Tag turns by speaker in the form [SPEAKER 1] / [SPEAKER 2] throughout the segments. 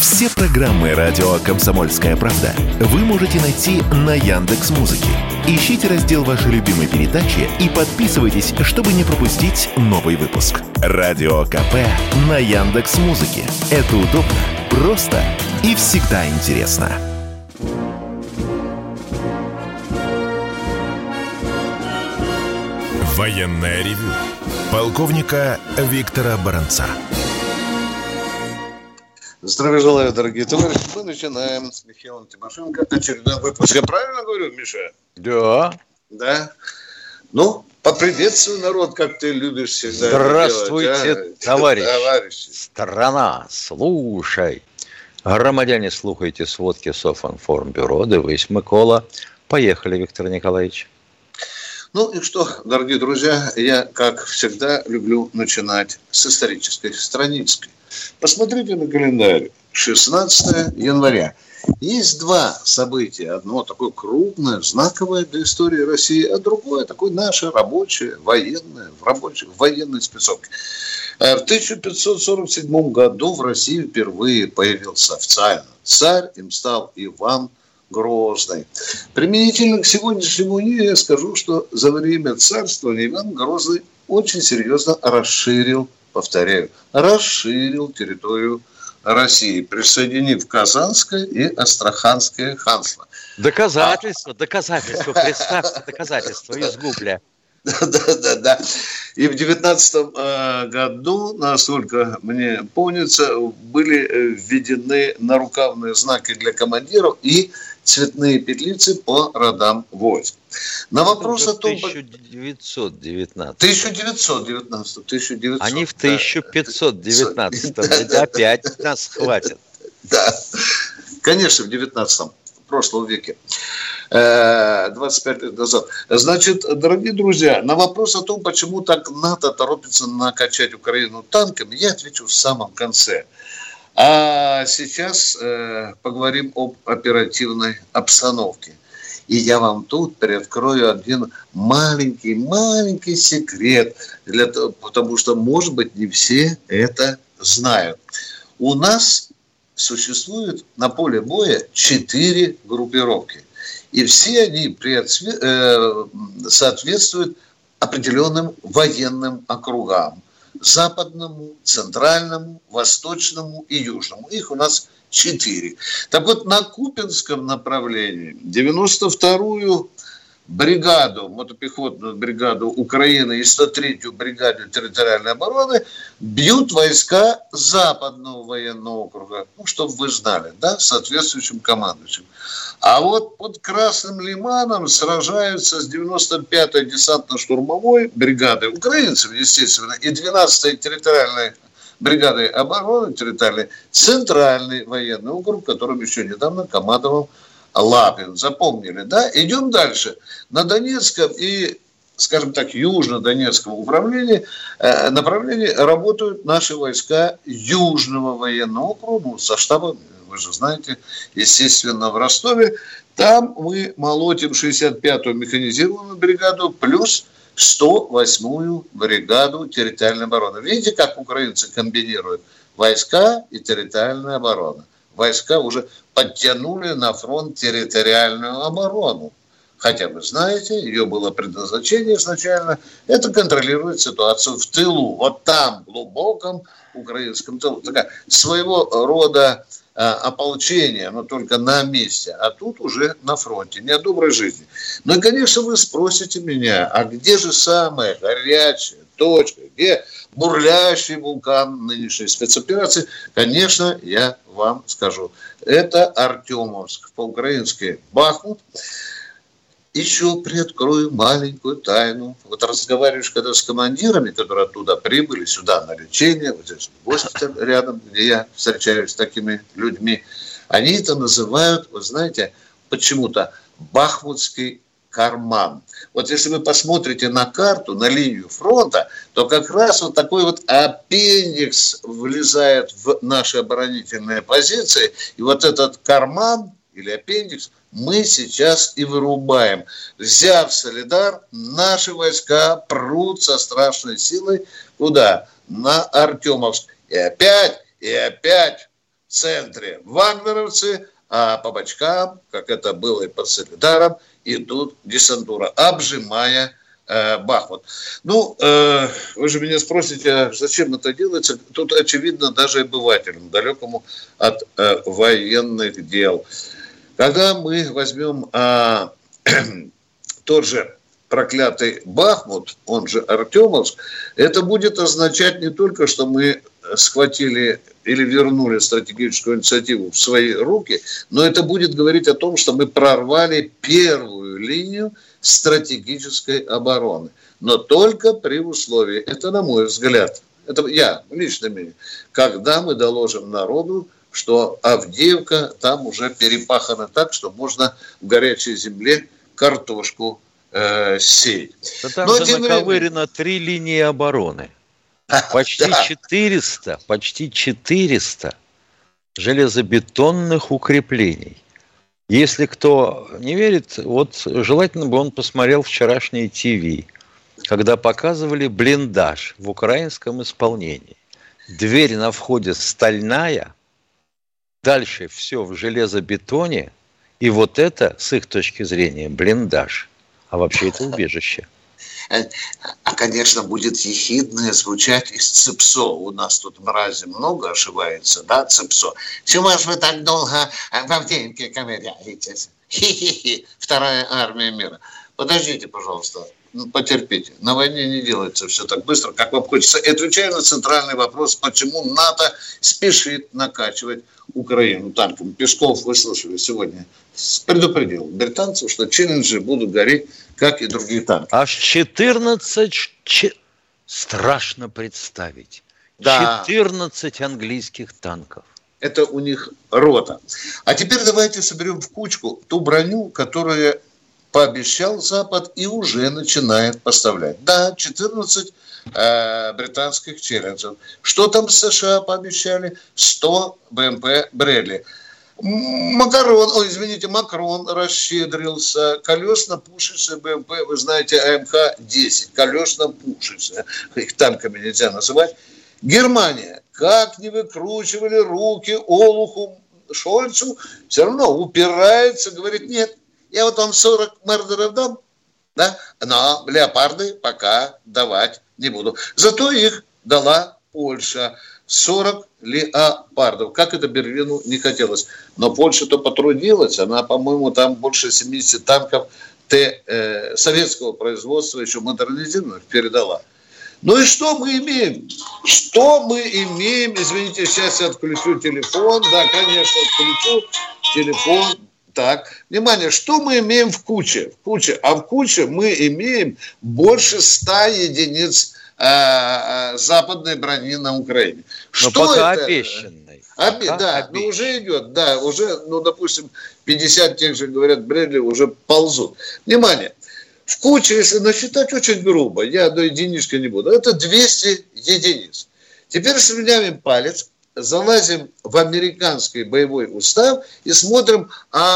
[SPEAKER 1] Все программы радио «Комсомольская правда» вы можете найти на Яндекс.Музыке. Ищите раздел вашей любимой передачи и подписывайтесь, чтобы не пропустить новый выпуск. Радио КП на Яндекс.Музыке. Это удобно, просто и всегда интересно. Военное ревю полковника Виктора Баранца.
[SPEAKER 2] Здравия желаю, дорогие товарищи. Мы начинаем с Михаилом Тимошенко очередной выпуск. Я правильно говорю, Миша?
[SPEAKER 3] Да.
[SPEAKER 2] Да. Ну, поприветствуй народ, как ты любишь всегда.
[SPEAKER 3] Здравствуйте,
[SPEAKER 2] делать,
[SPEAKER 3] товарищи. Страна, слушай. Громадяне, слухайте сводки Софинформбюро. Дивись, Микола. Поехали, Виктор Николаевич.
[SPEAKER 2] Ну и что, дорогие друзья, я, как всегда, люблю начинать с исторической страницы. Посмотрите на календарь. 16 января. Есть два события. Одно такое крупное, знаковое для истории России, а другое такое наше рабочее, военное, в военной спецовке. В 1547 году в России впервые появился официально царь, им стал Иван Грозный. Применительно к сегодняшнему дню я скажу, что за время царствования Иван Грозный очень серьезно расширил территорию России, присоединив Казанское и Астраханское ханство.
[SPEAKER 3] Доказательства, представьте, доказательства из Гугля.
[SPEAKER 2] Да. И в 19 году, насколько мне помнится, были введены нарукавные знаки для командиров и цветные петлицы по родам войск. На вопрос о том...
[SPEAKER 3] 1919. Они в 1519. Опять нас хватит.
[SPEAKER 2] Да, конечно, в 19 прошлом веке. 25 лет назад. Значит, дорогие друзья, на вопрос о том, почему так НАТО торопится накачать Украину танками, я отвечу в самом конце. А сейчас поговорим об оперативной обстановке. И я вам тут приоткрою один маленький секрет, потому что, может быть, не все это знают. У нас существует на поле боя 4 группировки. И все они соответствуют определенным военным округам. Западному, центральному, восточному и южному. Их у нас 4. Так вот, на Купинском направлении 92-ю бригаду, мотопехотную бригаду Украины и 103-ю бригаду территориальной обороны бьют войска Западного военного округа. Ну, чтобы вы знали, да, соответствующим командующим. А вот под Красным Лиманом сражаются с 95-й десантно-штурмовой бригадой украинцев, естественно, и 12-й территориальной бригадой обороны территориальной, центральный военный округ, которым еще недавно командовал Лапин. Запомнили, да? Идем дальше. На Донецком и, скажем так, южно-донецком направлении работают наши войска Южного военного округа со штабом, вы же знаете, естественно, в Ростове. Там мы молотим 65-ю механизированную бригаду плюс 108-ю бригаду территориальной обороны. Видите, как украинцы комбинируют войска и территориальная оборона. Войска уже подтянули на фронт территориальную оборону. Хотя вы знаете, ее было предназначение изначально, это контролирует ситуацию в тылу, вот там, глубоком украинском тылу. Такая своего рода ополчение, но только на месте, а тут уже на фронте, не о доброй жизни. Ну и, конечно, вы спросите меня, а где же самая горячая точка, где бурлящий вулкан нынешней спецоперации? Конечно, я вам скажу. Это Артемовск, по-украински Бахмут. Еще приоткрою маленькую тайну. Вот разговариваешь когда с командирами, которые оттуда прибыли, сюда на лечение, вот здесь госпиталь рядом, где я встречаюсь с такими людьми, они это называют, вы знаете, почему-то Бахмутский карман. Вот если вы посмотрите на карту, на линию фронта, то как раз вот такой вот аппендикс влезает в наши оборонительные позиции, и вот этот карман или аппендикс мы сейчас и вырубаем. Взяв Солидар, наши войска прут со страшной силой куда? На Артемовск. И опять центре вагнеровцы, а по бочкам, как это было и под Солидаром, идут десантура, обжимая Бахмут. Ну, вы же меня спросите, зачем это делается? Тут очевидно даже обывателям, далекому от военных дел. Когда мы возьмем тот же проклятый Бахмут, он же Артемовск, это будет означать не только, что мы схватили или вернули стратегическую инициативу в свои руки, но это будет говорить о том, что мы прорвали первую линию стратегической обороны. Но только при условии, это на мой взгляд, это я лично мнение, когда мы доложим народу, что Авдеевка там уже перепахана так, что можно в горячей земле картошку сеять.
[SPEAKER 3] Да там же наковырено 3 линии обороны. Почти 400 железобетонных укреплений. Если кто не верит, вот желательно бы он посмотрел вчерашнее ТВ, когда показывали блиндаж в украинском исполнении. Дверь на входе стальная, дальше все в железобетоне, и вот это, с их точки зрения, блиндаж. А вообще это убежище.
[SPEAKER 2] А, конечно, будет ехидное звучать из ЦИПСО. У нас тут мрази много ошивается, да, ЦИПСО. Чего ж вы так долго в Авдеевке ковыряетесь? Хи-хи-хи, вторая армия мира. Подождите, пожалуйста, потерпите. На войне не делается все так быстро, как вам хочется. И отвечаю на центральный вопрос, почему НАТО спешит накачивать Украину танками. Песков, вы слышали, сегодня предупредил британцев, что челленджи будут гореть, как и другие танки.
[SPEAKER 3] Аж 14, страшно представить, да. 14 английских танков.
[SPEAKER 2] Это у них рота. А теперь давайте соберем в кучку ту броню, которую пообещал Запад и уже начинает поставлять. Да, 14 британских челленджев. Что там США пообещали? 100 БМП Брэдли. Макрон расщедрился. Колесно-пушечные БМП, вы знаете, АМХ-10. Колесно-пушечные. Их танками нельзя называть. Германия. Как не выкручивали руки Олуху Шольцу, все равно упирается, говорит, нет, я вот вам 40 мардеров дам, да, но леопарды пока давать не буду. Зато их дала Польша. 40 леопардов. Как это Берлину не хотелось. Но Польша-то потрудилась. Она, по-моему, там больше 70 танков советского производства, еще модернизированных, передала. Ну и что мы имеем? Что мы имеем? Извините, сейчас я отключу телефон. Да, конечно, отключу телефон. Так, внимание, что мы имеем в куче? А в куче мы имеем больше 100 единиц западной брони на Украине.
[SPEAKER 3] Но что пока это? Обещанной.
[SPEAKER 2] Да, ну уже идет, да, уже, ну, допустим, 50 тех же, говорят, Брэдли уже ползут. Внимание, в куче, если насчитать очень грубо, я до единички не буду, это 200 единиц. Теперь слюнявим палец, залазим в американский боевой устав и смотрим,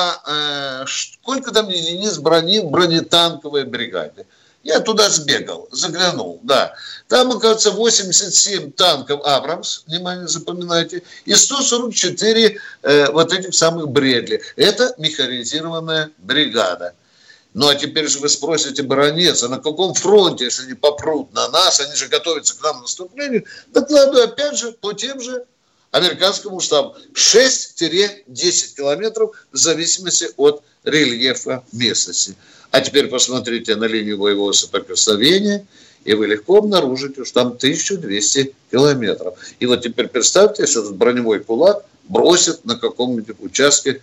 [SPEAKER 2] сколько там единиц брони в бронетанковой бригаде. Я туда сбегал, заглянул, да. Там, оказывается, 87 танков «Абрамс», внимание, запоминайте, и 144 вот этих самых «Брэдли». Это механизированная бригада. Ну, а теперь же вы спросите, баронец, а на каком фронте, если они попрут на нас, они же готовятся к нам к наступлению? Докладываю, опять же, по тем же американскому штабу. 6-10 километров в зависимости от рельефа местности. А теперь посмотрите на линию боевого соприкосновения, и вы легко обнаружите, что там 1200 километров. И вот теперь представьте, если этот броневой кулак бросит на каком-нибудь участке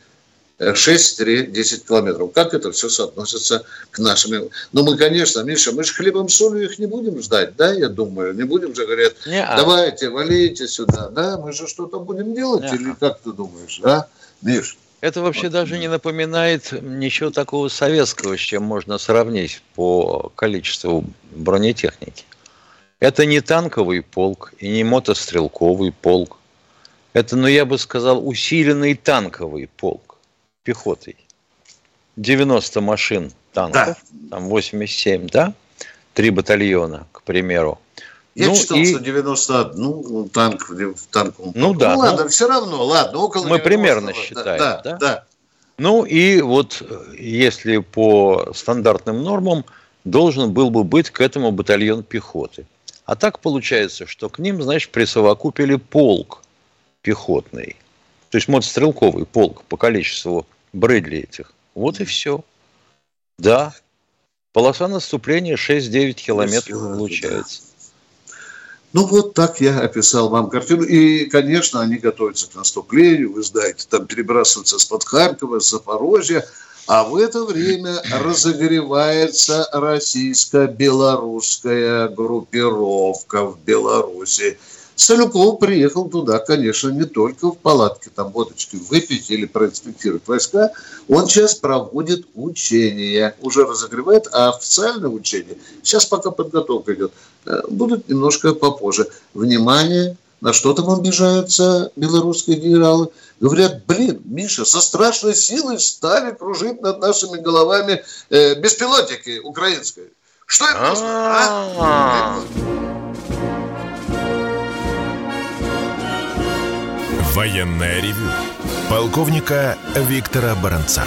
[SPEAKER 2] 6-10 километров. Как это все соотносится к нашим... Ну, мы, конечно, Миша, мы же хлебом солью их не будем ждать, да, я думаю. Не будем же, говорят, давайте, валите сюда, да, мы же что-то будем делать, или как ты думаешь, да, Миш?
[SPEAKER 3] Это вообще даже не напоминает ничего такого советского, с чем можно сравнить по количеству бронетехники. Это не танковый полк и не мотострелковый полк. Это, ну, я бы сказал, усиленный танковый полк пехотой. 90 машин танков, да. Там 87, да? 3 батальона, к примеру.
[SPEAKER 2] Я читал, что 91 танк в танковом.
[SPEAKER 3] Да.
[SPEAKER 2] Ладно, все равно, ладно, около 90.
[SPEAKER 3] Мы примерно считаем, да?
[SPEAKER 2] Да.
[SPEAKER 3] И вот если по стандартным нормам должен был бы быть к этому батальон пехоты. А так получается, что к ним, значит, присовокупили полк пехотный. То есть мотострелковый полк по количеству Брэдли этих. Вот и все. Да. Полоса наступления 6-9 километров получается.
[SPEAKER 2] Вот так я описал вам картину. И, конечно, они готовятся к наступлению. Вы знаете, там перебрасываются с-под Харькова, с Запорожья. А в это время разогревается российско-белорусская группировка в Беларуси. Салюков приехал туда, конечно, не только в палатке, там водочки выпить или проинспектировать войска. Он сейчас проводит учения, уже разогревает, а официальное учение, сейчас пока подготовка идет, будут немножко попозже. Внимание, на что там обижаются белорусские генералы? Говорят, Миша, со страшной силой стали кружить над нашими головами беспилотники украинские. Что им нужно,
[SPEAKER 1] Военное ревю полковника Виктора Баранца.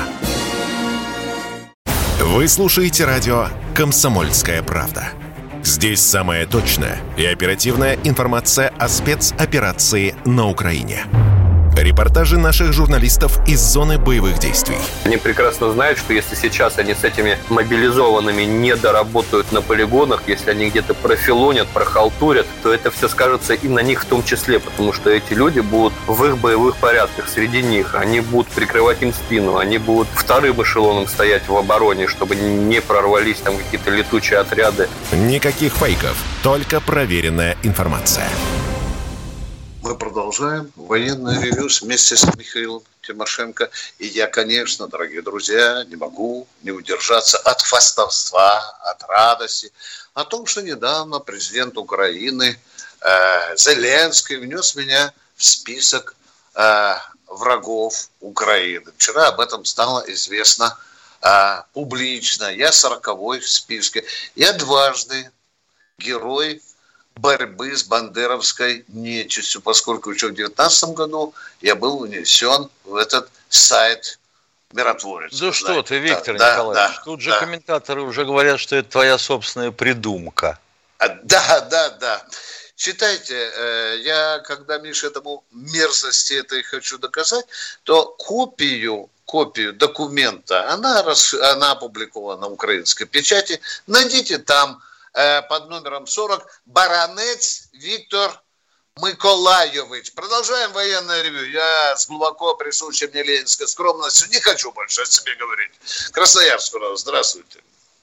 [SPEAKER 1] Вы слушаете радио «Комсомольская правда». Здесь самая точная и оперативная информация о спецоперации на Украине. Репортажи наших журналистов из зоны боевых действий.
[SPEAKER 4] Они прекрасно знают, что если сейчас они с этими мобилизованными не доработают на полигонах, если они где-то профилонят, прохалтурят, то это все скажется и на них в том числе, потому что эти люди будут в их боевых порядках среди них, они будут прикрывать им спину, они будут вторым эшелоном стоять в обороне, чтобы не прорвались там какие-то летучие отряды.
[SPEAKER 1] Никаких фейков, только проверенная информация.
[SPEAKER 2] Мы продолжаем военное ревью вместе с Михаилом Тимошенко. И я, конечно, дорогие друзья, не могу не удержаться от хвастовства, от радости о том, что недавно президент Украины Зеленский внес меня в список врагов Украины. Вчера об этом стало известно публично. Я 40-й в списке. Я дважды герой борьбы с бандеровской нечистью, поскольку еще в 2019 году я был внесен в этот сайт миротворец.
[SPEAKER 3] Да что ты, Виктор Николаевич, тут же комментаторы уже говорят, что это твоя собственная придумка.
[SPEAKER 2] Да. Читайте, я, когда, Миша, этому мерзости этой хочу доказать, то копию документа, она опубликована на украинской печати, найдите там под номером 40 баронец Виктор Миколайович. Продолжаем военное ревью. Я с глубоко присущей мне ленинской скромностью не хочу больше о себе говорить. Красноярск у нас. Здравствуйте.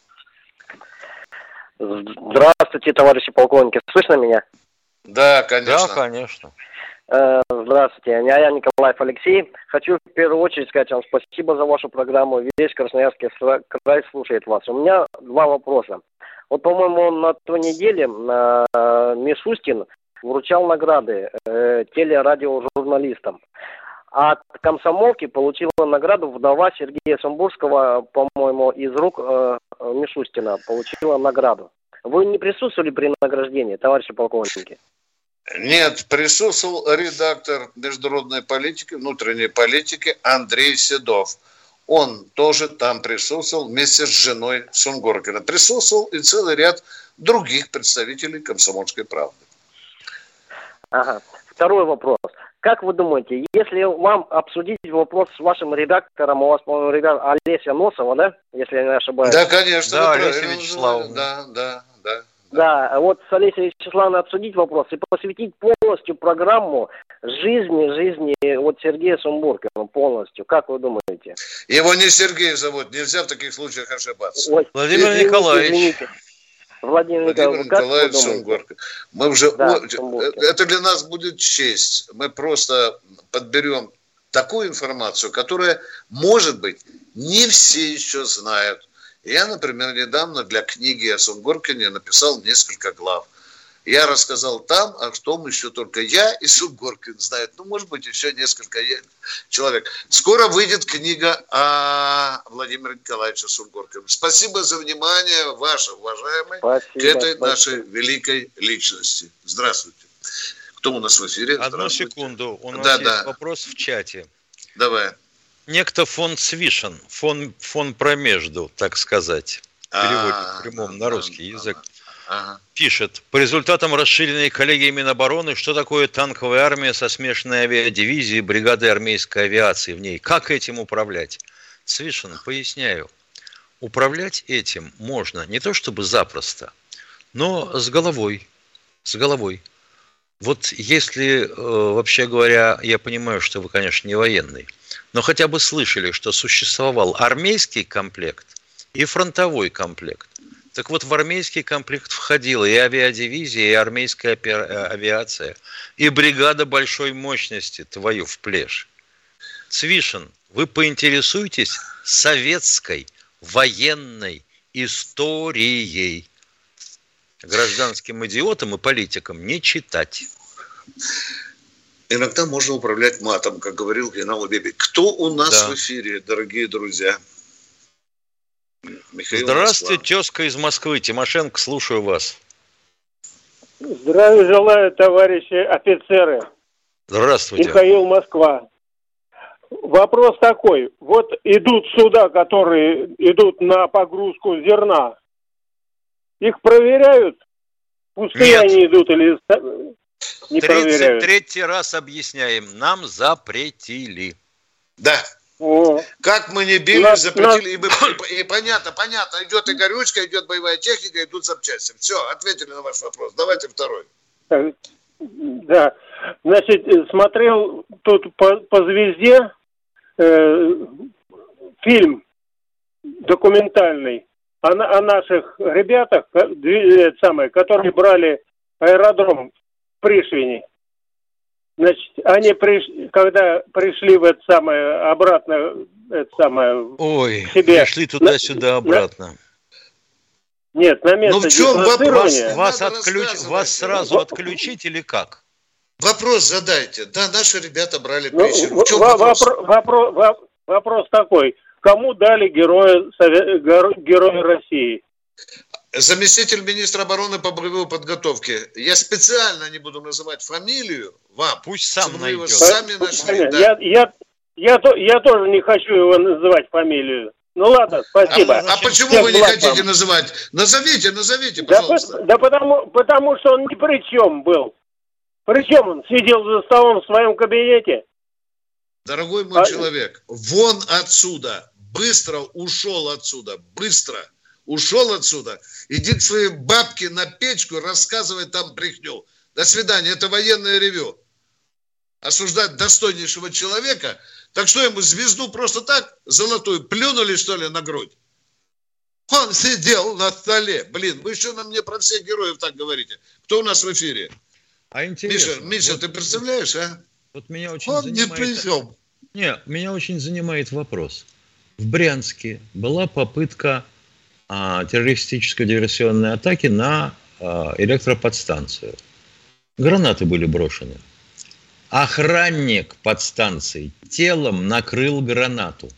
[SPEAKER 5] Здравствуйте, товарищи полковники. Слышно меня?
[SPEAKER 2] Да, конечно.
[SPEAKER 3] Да, конечно.
[SPEAKER 5] Здравствуйте, я Николаев Алексей. Хочу в первую очередь сказать вам спасибо за вашу программу. Весь Красноярский край слушает вас. У меня два вопроса. Вот, по-моему, на той неделе Мишустин вручал награды телерадиожурналистам. А от комсомолки получила награду вдова Сергея Сумбурского, по-моему, из рук Мишустина получила награду. Вы не присутствовали при награждении, товарищи полковники?
[SPEAKER 2] Нет, присутствовал редактор международной политики, внутренней политики Андрей Седов. Он тоже там присутствовал вместе с женой Сунгоркина. Присутствовал и целый ряд других представителей «Комсомольской правды».
[SPEAKER 5] Ага. Второй вопрос. Как вы думаете, если вам обсудить вопрос с вашим редактором, у вас, по-моему, Олеся Носова, да? Если я не ошибаюсь.
[SPEAKER 2] Да, конечно.
[SPEAKER 3] Да, Олеся Вячеславовна.
[SPEAKER 5] Да, вот с Олесей Вячеславовной обсудить вопрос и посвятить полностью программу жизни вот Сергея Сумбуркина полностью. Как вы думаете?
[SPEAKER 2] Его не Сергей зовут, нельзя в таких случаях ошибаться.
[SPEAKER 5] Ой,
[SPEAKER 3] Владимир Николаевич.
[SPEAKER 5] Извините. Владимир
[SPEAKER 2] Николаевич Сунгоркин. Мы уже, это для нас будет честь. Мы просто подберем такую информацию, которая, может быть, не все еще знают. Я, например, недавно для книги о Сунгоркине написал несколько глав. Я рассказал там, о том еще только я и Сунгоркин знают. Ну, может быть, еще несколько человек. Скоро выйдет книга о Владимире Николаевиче Сунгоркине. Спасибо за внимание, ваше, уважаемый, к этой нашей великой личности. Здравствуйте. Кто у нас в эфире?
[SPEAKER 3] Одну секунду. У нас есть вопрос в чате.
[SPEAKER 2] Давай.
[SPEAKER 3] Некто фон Свишен, фон промежду, так сказать, переводит в прямом на русский язык. Пишет: по результатам расширенной коллегии Минобороны, что такое танковая армия со смешанной авиадивизией, бригадой армейской авиации в ней? Как этим управлять? Свишин, поясняю. Управлять этим можно не то чтобы запросто, но с головой. С головой. Вот если, вообще говоря, я понимаю, что вы, конечно, не военный, но хотя бы слышали, что существовал армейский комплект и фронтовой комплект. Так вот, в армейский комплект входила и авиадивизия, и армейская авиация, и бригада большой мощности, твою в плешь. Цвишин, вы поинтересуйтесь советской военной историей. Гражданским идиотам и политикам не читать.
[SPEAKER 2] Иногда можно управлять матом, как говорил генерал Бебек. Кто у нас в эфире, дорогие друзья?
[SPEAKER 3] Михаил Здравствуйте, Москва. Тезка из Москвы. Тимошенко, слушаю вас.
[SPEAKER 6] Здравия желаю, товарищи офицеры.
[SPEAKER 3] Здравствуйте.
[SPEAKER 6] Михаил, Москва. Вопрос такой. Вот идут суда, которые идут на погрузку зерна. Их проверяют? Пустые
[SPEAKER 3] Нет.
[SPEAKER 6] они идут или не проверяют?
[SPEAKER 3] 33-й раз объясняем. Нам запретили.
[SPEAKER 2] Да.
[SPEAKER 6] О.
[SPEAKER 2] Как мы не били, запретили. И понятно. Идет и горючка, идет боевая техника, идут запчасти. Все, ответили на ваш вопрос. Давайте второй.
[SPEAKER 6] Да. Значит, смотрел тут по звезде фильм документальный о наших ребятах, которые брали аэродром в Пришвине. Значит, они когда пришли в это самое обратно,
[SPEAKER 3] Ой,
[SPEAKER 6] к себе.
[SPEAKER 3] пришли туда-сюда обратно.
[SPEAKER 6] Нет, на место дислоцирования.
[SPEAKER 3] Вас сразу отключить или как?
[SPEAKER 2] Вопрос задайте. Да, наши ребята брали Пришвин.
[SPEAKER 6] Вопрос такой. Кому дали Героя России?
[SPEAKER 2] Заместитель министра обороны по боевой подготовке. Я специально не буду называть фамилию вам.
[SPEAKER 3] Пусть сам найдет.
[SPEAKER 2] Вы его сами нашли.
[SPEAKER 6] Да. Я тоже не хочу его называть фамилию. Ну ладно, спасибо.
[SPEAKER 2] А почему вы не хотите называть? Назовите, пожалуйста.
[SPEAKER 6] Да потому что он ни при чем был. Причем он сидел за столом в своем кабинете.
[SPEAKER 2] Дорогой мой человек, вон отсюда. Быстро ушел отсюда. Иди к своей бабке на печку, рассказывай там брехню. До свидания. Это военное ревю. Осуждать достойнейшего человека. Так что ему звезду просто так, золотую, плюнули, что ли, на грудь? Он сидел на столе. Блин, вы еще мне про всех героев так говорите. Кто у нас в эфире?
[SPEAKER 3] А интересно.
[SPEAKER 2] Миша, ты представляешь, а?
[SPEAKER 3] Вот меня очень
[SPEAKER 2] Он
[SPEAKER 3] занимает...
[SPEAKER 2] не пришел.
[SPEAKER 3] Меня очень занимает вопрос. В Брянске была попытка террористической диверсионной атаки на электроподстанцию. Гранаты были брошены. Охранник подстанции телом накрыл гранату.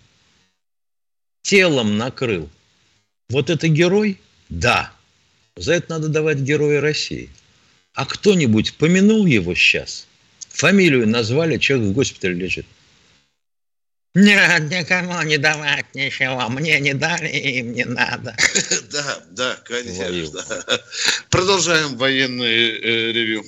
[SPEAKER 3] Вот это герой? Да. За это надо давать Героя России. А кто-нибудь помянул его сейчас? Фамилию назвали, человек в госпитале лежит. Нет, никому не давать ничего. Мне не дали, им не надо.
[SPEAKER 2] Да, конечно. Продолжаем военное ревью.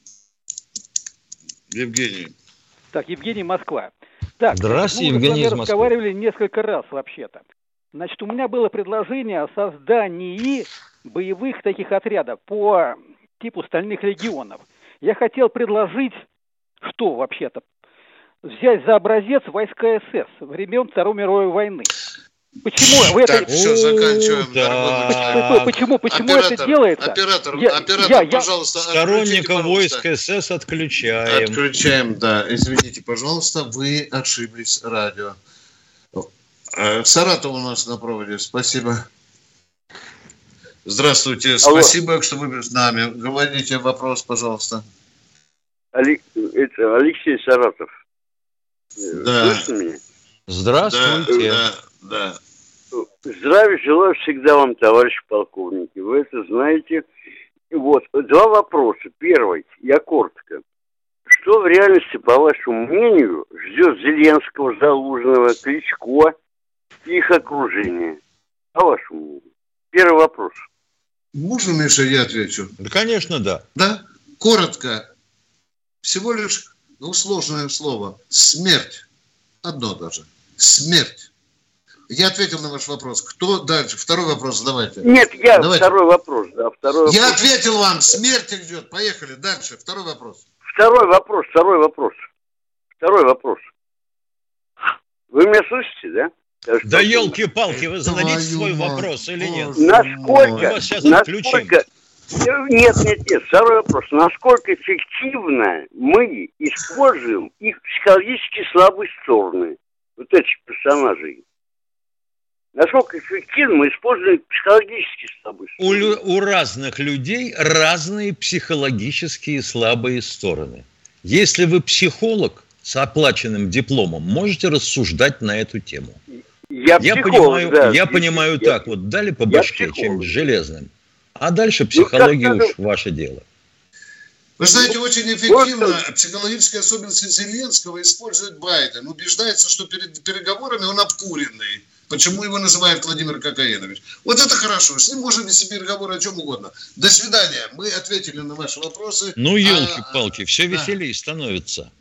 [SPEAKER 2] Евгений.
[SPEAKER 7] Так, Евгений, Москва. Так,
[SPEAKER 3] здравствуйте, Евгений из Москвы. Мы
[SPEAKER 7] разговаривали несколько раз вообще-то. Значит, у меня было предложение о создании боевых таких отрядов по типу стальных легионов. Я хотел предложить, что вообще-то? Взять за образец войска СС времен Второй мировой войны. Почему в
[SPEAKER 2] так, все, заканчиваем.
[SPEAKER 7] Почему это делается?
[SPEAKER 2] Оператор, пожалуйста.
[SPEAKER 3] Сторонников войск СС отключаем.
[SPEAKER 2] Отключаем, да. Извините, пожалуйста, вы ошиблись радио. Саратов у нас на проводе. Спасибо. Здравствуйте. Спасибо, что вы с нами. Говорите вопрос, пожалуйста.
[SPEAKER 8] Алексей Саратов.
[SPEAKER 2] Да.
[SPEAKER 8] Слышно меня?
[SPEAKER 3] Здравствуйте.
[SPEAKER 2] Да.
[SPEAKER 8] Здравия желаю всегда вам, товарищи полковники. Вы это знаете. Вот, два вопроса. Первый, я коротко. Что в реальности, по вашему мнению, ждет Зеленского, Залужного, Кличко и их окружение? По вашему мнению. Первый вопрос.
[SPEAKER 2] Можно, Миша, я отвечу?
[SPEAKER 3] Да, конечно, да.
[SPEAKER 2] Да? Коротко. Всего лишь, сложное слово. Смерть. Одно даже. Смерть. Я ответил на ваш вопрос. Кто дальше? Второй вопрос задавайте.
[SPEAKER 8] Нет, давайте. Второй вопрос. Да, второй вопрос.
[SPEAKER 2] Я ответил вам. Смерть идет. Поехали. Дальше. Второй вопрос.
[SPEAKER 8] Второй вопрос. Вы меня слышите, да?
[SPEAKER 3] Да елки-палки, вы зададите свой вопрос или нет?
[SPEAKER 8] Насколько?
[SPEAKER 3] Мы вас сейчас отключим.
[SPEAKER 8] Нет, второй вопрос. Насколько эффективно мы используем их психологически слабые стороны, вот этих персонажей? Насколько эффективно мы используем психологически слабые стороны?
[SPEAKER 3] У разных людей разные психологические слабые стороны. Если вы психолог с оплаченным дипломом, можете рассуждать на эту тему. Я понимаю так, вот дали по башке чем-нибудь железным, а дальше психология уж ваше дело.
[SPEAKER 2] Вы знаете, очень эффективно психологические особенности Зеленского использует Байден. Убеждается, что перед переговорами он обкуренный. Почему его называют Владимир Кокаинович? Вот это хорошо. С ним можно вести переговоры о чем угодно. До свидания. Мы ответили на ваши вопросы.
[SPEAKER 3] Елки-палки, все веселее становится.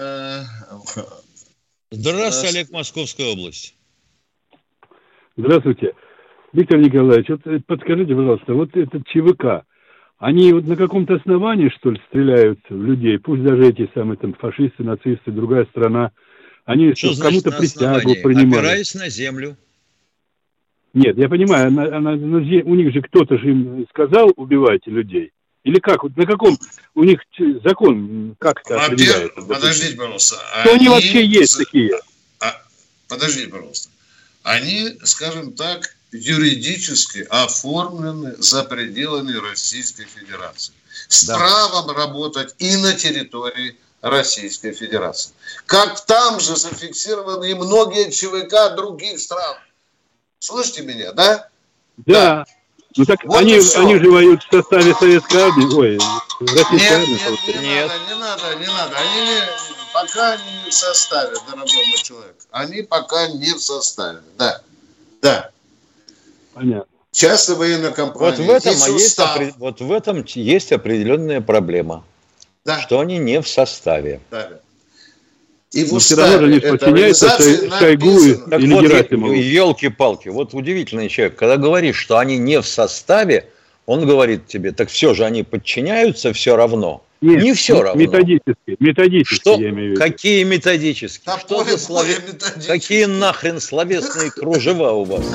[SPEAKER 3] Здравствуйте, Олег, Московская область.
[SPEAKER 9] Здравствуйте. Виктор Николаевич, вот подскажите, пожалуйста, вот этот ЧВК, они вот на каком-то основании, что ли, стреляют в людей? Пусть даже эти самые там фашисты, нацисты, другая страна. Они кому-то присягу принимают.
[SPEAKER 3] Опираясь на землю.
[SPEAKER 9] Нет, я понимаю, у них же кто-то же им сказал, убивайте людей. Или как? Вот на каком у них закон как-то определяет?
[SPEAKER 2] Подождите, пожалуйста.
[SPEAKER 9] Что они вообще есть такие?
[SPEAKER 2] Подождите, пожалуйста. Они, скажем так, юридически оформлены за пределами Российской Федерации. С правом работать и на территории Российской Федерации. Как там же зафиксированы и многие ЧВК других стран. Слышите меня, да?
[SPEAKER 9] Да. Ну так вот они же воюют в составе Советской армии. Российской армии.
[SPEAKER 2] Нет, не надо. Они пока не в составе, дорогой мой человек. Они пока не в составе. Да.
[SPEAKER 9] Понятно.
[SPEAKER 2] Часто военная компания.
[SPEAKER 3] Вот в этом есть определенная проблема. Да. Что они не в составе.
[SPEAKER 2] Да. И в
[SPEAKER 9] уставе не подчиняется Шойгу или Герасимову.
[SPEAKER 3] Елки-палки, вот удивительный человек. Когда говоришь, что они не в составе, он говорит тебе, так все же они подчиняются все равно.
[SPEAKER 9] Нет,
[SPEAKER 3] не все равно.
[SPEAKER 9] Методически
[SPEAKER 3] что?
[SPEAKER 9] Я имею в виду.
[SPEAKER 3] Какие методические? Что за Какие нахрен словесные кружева у вас?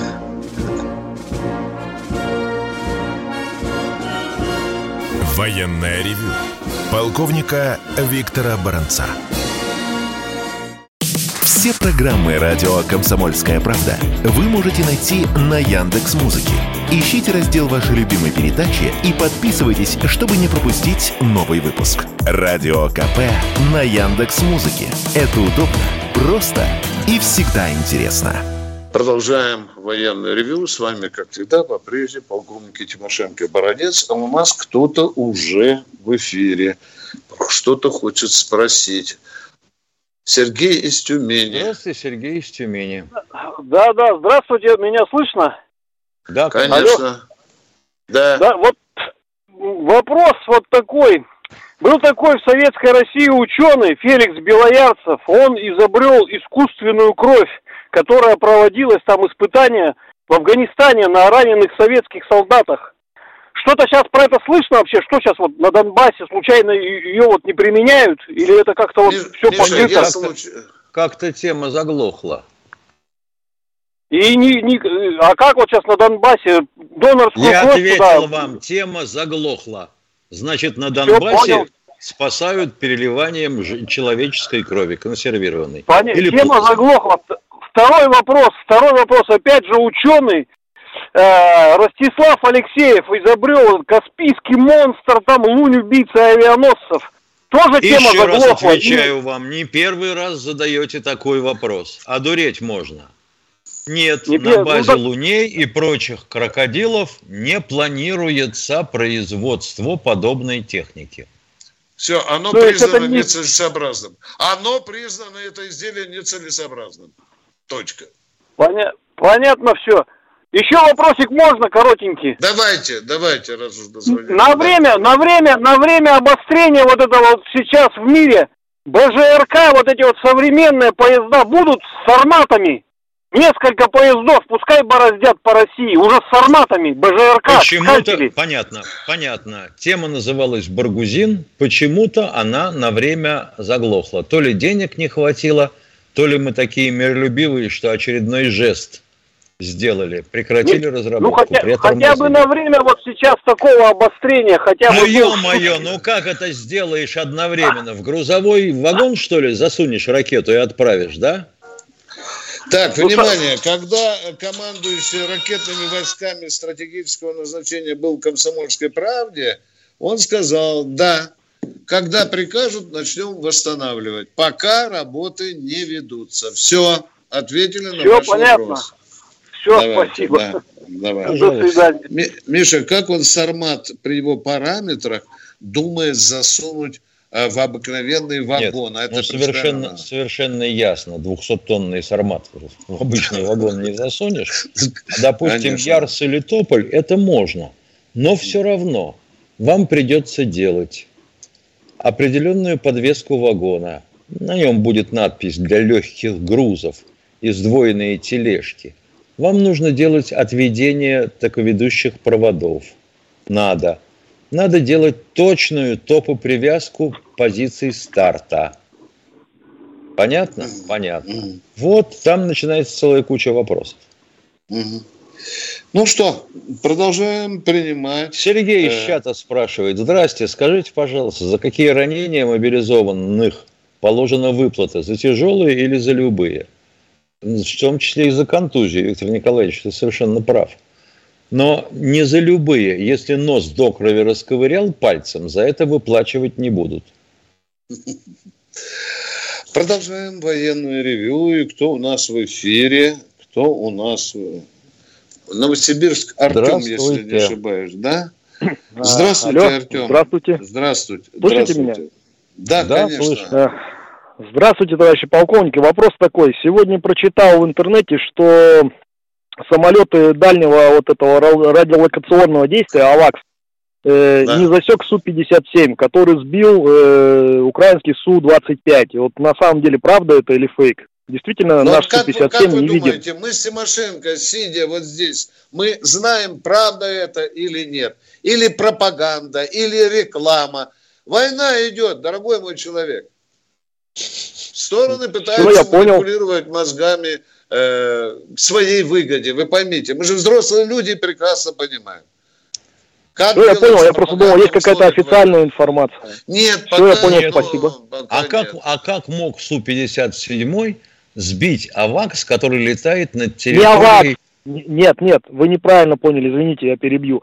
[SPEAKER 1] Военное ревю полковника Виктора Баранца. Все программы радио «Комсомольская правда» вы можете найти на Яндекс.Музыке. Ищите раздел вашей любимой передачи и подписывайтесь, чтобы не пропустить новый выпуск. Радио КП на Яндекс.Музыке. Это удобно, просто и всегда интересно.
[SPEAKER 2] Продолжаем военное ревью. С вами, как всегда, по-прежнему полковник Тимошенко Баранец. А у нас кто-то уже в эфире. Что-то хочет спросить. Сергей из Тюмени.
[SPEAKER 3] Здравствуйте, Сергей из Тюмени.
[SPEAKER 6] Да, здравствуйте, меня слышно?
[SPEAKER 3] Да,
[SPEAKER 2] конечно.
[SPEAKER 6] Да, вот вопрос вот такой. Был такой в Советской России ученый Феликс Белоярцев. Он изобрел искусственную кровь, которая проводилась там испытания в Афганистане на раненых советских солдатах. Что-то сейчас про это слышно вообще? Что сейчас вот на Донбассе случайно ее вот не применяют? Или это как-то вот все покрыто?
[SPEAKER 3] Как-то тема заглохла.
[SPEAKER 6] А как вот сейчас на Донбассе донорскую
[SPEAKER 3] Я
[SPEAKER 6] кровь
[SPEAKER 3] ответил
[SPEAKER 6] туда?
[SPEAKER 3] вам, тема заглохла. Значит, на Донбассе спасают переливанием человеческой крови, консервированной.
[SPEAKER 6] Тема заглохла. Второй вопрос, опять же, ученый Ростислав Алексеев изобрел Каспийский монстр, там лунь-убийца авианосцев. Тоже тема
[SPEAKER 3] Еще раз
[SPEAKER 6] заглохла.
[SPEAKER 3] отвечаю вам, не первый раз задаете такой вопрос. Одуреть можно. Нет, на базе луней и прочих крокодилов не планируется производство подобной техники.
[SPEAKER 2] Все, оно признано нецелесообразным. Оно признано, это изделие, нецелесообразным. Точка.
[SPEAKER 6] Понятно все. Еще вопросик можно, коротенький?
[SPEAKER 2] Давайте, раз уж дозвонили.
[SPEAKER 6] На время обострения вот этого вот сейчас в мире БЖРК, вот эти вот современные поезда будут с форматами. Несколько поездов, пускай бороздят по России, уже с форматами БЖРК.
[SPEAKER 3] Почему-то, понятно. Тема называлась «Баргузин», почему-то она на время заглохла. То ли денег не хватило, то ли мы такие миролюбивые, что очередной жест сделали, прекратили разработку.
[SPEAKER 6] Хотя бы на время вот сейчас такого обострения, хотя бы...
[SPEAKER 3] Ну, ё-моё, ну как это сделаешь одновременно? В грузовой вагон, что ли, засунешь ракету и отправишь, да?
[SPEAKER 2] Так, внимание, когда командующий ракетными войсками стратегического назначения был в «Комсомольской правде», он сказал, да, когда прикажут, начнем восстанавливать. Пока работы не ведутся. Все, ответили на ваш вопрос.
[SPEAKER 6] Все, спасибо.
[SPEAKER 2] Давай.
[SPEAKER 6] До свидания.
[SPEAKER 2] Миша, как он «Сармат» при его параметрах думает засунуть в обыкновенный вагон?
[SPEAKER 3] Нет, это совершенно ясно. 200-тонный «Сармат» в обычный вагон не засунешь. Допустим, конечно. Ярс или Тополь, это можно. Но все равно вам придется делать определенную подвеску вагона. На нем будет надпись «Для легких грузов» и сдвоенные тележки. Вам нужно делать отведение токоведущих проводов. Надо делать точную топопривязку позиций старта. Понятно? Понятно. Вот там начинается целая куча вопросов.
[SPEAKER 2] Ну что, продолжаем принимать.
[SPEAKER 3] Сергей из чата спрашивает. Здрасте, скажите, пожалуйста, за какие ранения мобилизованных положена выплата? За тяжелые или за любые? В том числе и за контузию, Виктор Николаевич, ты совершенно прав. Но не за любые. Если нос до крови расковырял пальцем, за это выплачивать не будут.
[SPEAKER 2] Продолжаем военное ревью. И кто у нас в эфире? Кто у нас... Новосибирск, Артем, если не ошибаюсь, да? Здравствуйте, алло, Артем.
[SPEAKER 10] Здравствуйте.
[SPEAKER 2] Слышите
[SPEAKER 10] меня?
[SPEAKER 2] Да, конечно.
[SPEAKER 10] Слышу. Здравствуйте, товарищи полковники. Вопрос такой. Сегодня прочитал в интернете, что самолеты дальнего вот этого радиолокационного действия «АВАКС» не засек Су-57, который сбил украинский Су-25. Вот на самом деле правда это или фейк? Действительно, наш Су-57
[SPEAKER 2] как вы
[SPEAKER 10] не
[SPEAKER 2] думаете,
[SPEAKER 10] видим.
[SPEAKER 2] Мы с Тимошенко, сидя вот здесь, мы знаем, правда это или нет? Или пропаганда, или реклама. Война идет, дорогой мой человек. Стороны пытаются манипулировать мозгами к своей выгоде. Вы поймите, мы же взрослые люди и прекрасно понимаем.
[SPEAKER 10] Я понял, я просто думал, есть какая-то официальная информация.
[SPEAKER 2] Нет,
[SPEAKER 10] пока я понял, спасибо.
[SPEAKER 3] Как мог Су-57 сбить АВАКС, который летает над территорией...
[SPEAKER 10] Нет, вы неправильно поняли, извините, я перебью.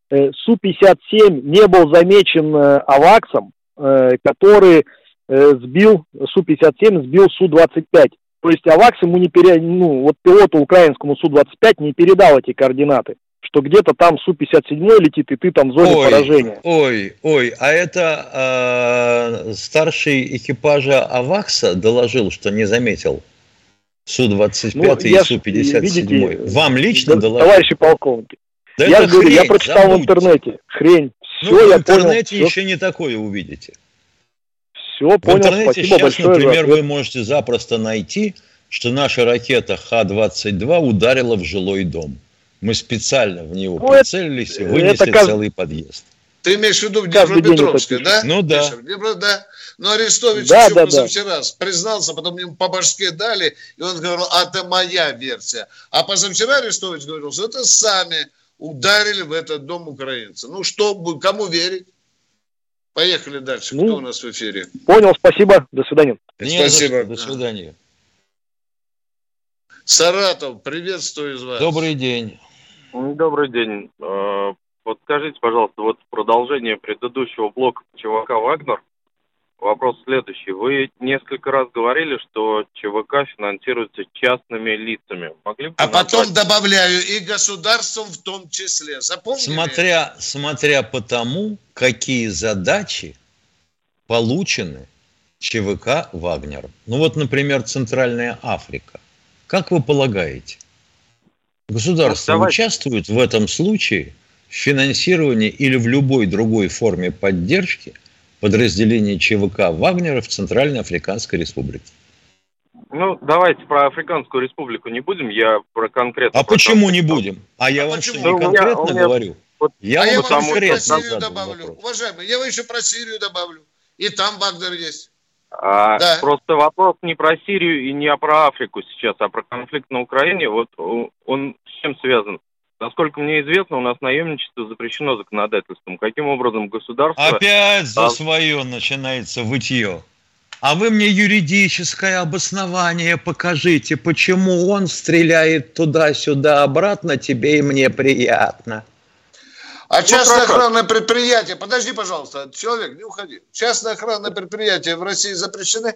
[SPEAKER 10] Су-57 не был замечен АВАКСом, который сбил Су-57, сбил Су-25. То есть АВАКС ему не пилоту украинскому Су-25 не передал эти координаты, что где-то там Су-57 летит, и ты там в зоне поражения.
[SPEAKER 3] А это старший экипажа АВАКСа доложил, что не заметил Су-25 и Су-57. Видите, вам лично доложил?
[SPEAKER 10] Товарищи полковники, да я говорю, я прочитал в интернете. Хрень. Все,
[SPEAKER 3] в интернете еще не такое увидите.
[SPEAKER 10] Все, понял,
[SPEAKER 3] в интернете
[SPEAKER 10] спасибо
[SPEAKER 3] сейчас,
[SPEAKER 10] большое.
[SPEAKER 3] Например, вы можете запросто найти, что наша ракета Х-22 ударила в жилой дом. Мы специально в него прицелились и вынесли целый подъезд.
[SPEAKER 2] Ты имеешь в виду в Днепропетровске, да?
[SPEAKER 3] Ну да.
[SPEAKER 2] Да. Но Арестович еще позавчера признался, потом ему по башке дали, и он говорил, это моя версия. А позавчера Арестович говорил, что это сами ударили в этот дом украинцы. Ну что, кому верить? Поехали дальше. Кто у нас в эфире?
[SPEAKER 10] Понял, спасибо. До свидания.
[SPEAKER 2] Спасибо.
[SPEAKER 3] До свидания.
[SPEAKER 2] Саратов, приветствую из вас.
[SPEAKER 3] Добрый день.
[SPEAKER 11] Добрый день. Вот скажите, пожалуйста, вот в продолжение предыдущего блока ЧВК «Вагнер» вопрос следующий. Вы несколько раз говорили, что ЧВК финансируется частными лицами. Могли бы
[SPEAKER 2] А потом
[SPEAKER 11] назвать...
[SPEAKER 2] добавляю, и государством в том числе. Запомнили?
[SPEAKER 3] Смотря по тому, какие задачи получены ЧВК «Вагнер». Ну вот, например, Центральная Африка. Как вы полагаете, государство участвует в этом случае в финансировании или в любой другой форме поддержки подразделения ЧВК «Вагнера» в Центральной Африканской Республике?
[SPEAKER 11] Ну, давайте про Африканскую Республику не будем, я про конкретно...
[SPEAKER 3] А почему не будем? А я вам что, не конкретно говорю?
[SPEAKER 2] Я вам еще про Сирию добавлю. Уважаемый, я вам еще про Сирию добавлю. И там Вагнер есть.
[SPEAKER 11] Да. Просто вопрос не про Сирию и не про Африку сейчас, а про конфликт на Украине. Вот он с чем связан? Насколько мне известно, у нас наемничество запрещено законодательством. Каким образом государство...
[SPEAKER 3] Опять за свое начинается вытье. А вы мне юридическое обоснование покажите, почему он стреляет туда-сюда, обратно, тебе и мне приятно.
[SPEAKER 2] А частное охранное предприятие, подожди, пожалуйста, человек, не уходи. Частное охранное предприятие в России запрещены?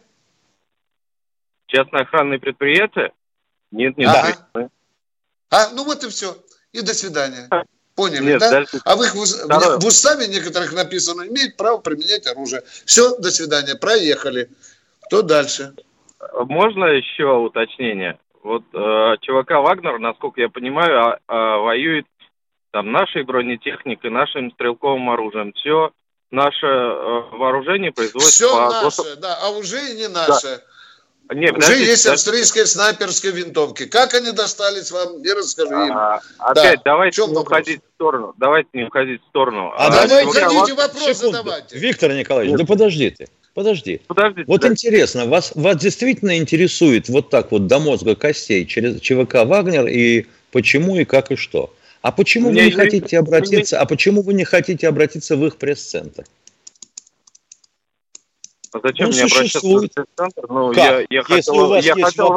[SPEAKER 11] Частное охранное предприятие? Нет, не запрещены.
[SPEAKER 2] Ну вот и все. И до свидания. Поняли, да? Дальше... А в их в уставе некоторых написано, имеет право применять оружие. Все, до свидания, проехали. Кто дальше?
[SPEAKER 11] Можно еще уточнение? Вот ЧВК «Вагнер», насколько я понимаю, воюет там нашей бронетехникой, нашим стрелковым оружием. Все наше вооружение производится...
[SPEAKER 2] Все наше, да, а уже и не наше. Да. Нет, уже есть австрийские снайперские винтовки. Как они достались вам, не расскажи им.
[SPEAKER 11] Опять, давайте не уходить в сторону. Давайте не уходить в сторону.
[SPEAKER 2] Давайте, хотите вопрос задавайте.
[SPEAKER 3] Виктор Николаевич, да подожди ты. Подожди. Вот интересно, вас действительно интересует вот так вот до мозга костей через ЧВК «Вагнер» и почему, и как, и что? А почему вы не хотите обратиться? А почему вы не хотите обратиться в их пресс-центр?
[SPEAKER 11] А зачем мне обращаться в пресс-центр? Ну,
[SPEAKER 3] как? Если у вас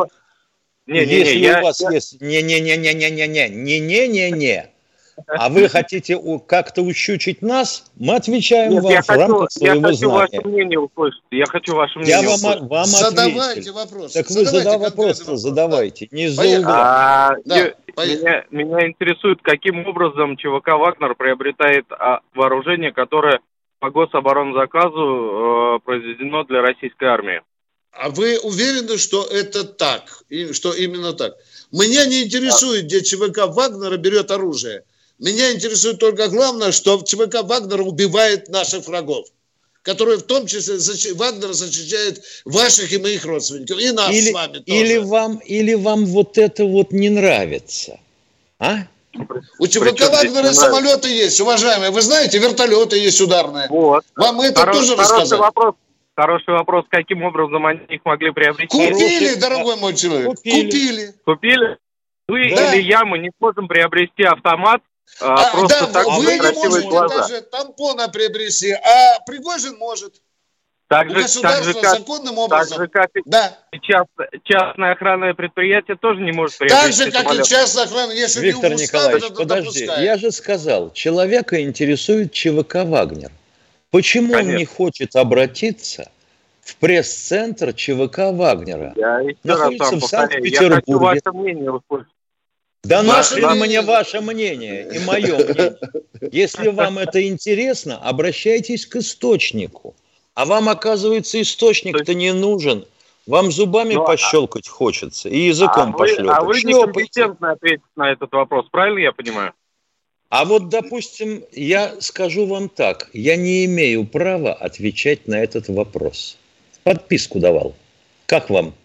[SPEAKER 3] есть... Не-не-не-не-не-не-не-не-не-не-не. А вы хотите как-то ущучить нас? Мы отвечаем вам в рамках своего знания.
[SPEAKER 11] Я хочу ваше мнение услышать. Я хочу ваше мнение услышать.
[SPEAKER 3] Я вам
[SPEAKER 2] задавайте вопрос.
[SPEAKER 3] Так вы вопрос-то задавайте. Не из-за угла.
[SPEAKER 11] Меня интересует, каким образом ЧВК «Вагнер» приобретает вооружение, которое по гособоронзаказу произведено для российской армии.
[SPEAKER 2] А вы уверены, что это так? И что именно так? Меня не интересует, где ЧВК «Вагнера» берет оружие. Меня интересует только главное, что ЧВК «Вагнер» убивает наших врагов, которые в том числе Вагнер защищает ваших и моих родственников, и нас с вами тоже.
[SPEAKER 3] Или вам вот это вот не нравится, а?
[SPEAKER 2] У ЧВК «Вагнера самолеты есть, уважаемые. Вы знаете, вертолеты есть ударные.
[SPEAKER 11] Вот.
[SPEAKER 2] Вам это тоже рассказать?
[SPEAKER 11] Хороший вопрос. Каким образом они их могли приобрести?
[SPEAKER 2] Купили, дорогой мой человек. Купили?
[SPEAKER 11] Вы или я, мы не сможем приобрести автомат. Просто так,
[SPEAKER 2] вы не можете даже тампона приобрести, а Пригожин может. Государство законным образом.
[SPEAKER 11] Так же, как и частное охранное предприятие тоже не может приобрести.
[SPEAKER 2] Так же, как и частное охранное.
[SPEAKER 3] Виктор Николаевич, подожди. Я же сказал, человека интересует ЧВК «Вагнер». Почему он не хочет обратиться в пресс-центр ЧВК «Вагнера»?
[SPEAKER 11] Я еще раз вам повторяю, я хочу ваше мнение услышать.
[SPEAKER 3] Да нахрен мне ваше мнение и мое мнение. Если вам это интересно, обращайтесь к источнику. А вам, оказывается, источник-то не нужен. Вам зубами пощелкать хочется и языком пошлепать.
[SPEAKER 11] А вы некомпетентно ответите на этот вопрос, правильно я понимаю?
[SPEAKER 3] А вот, допустим, я скажу вам так. Я не имею права отвечать на этот вопрос. Подписку давал. Как вам?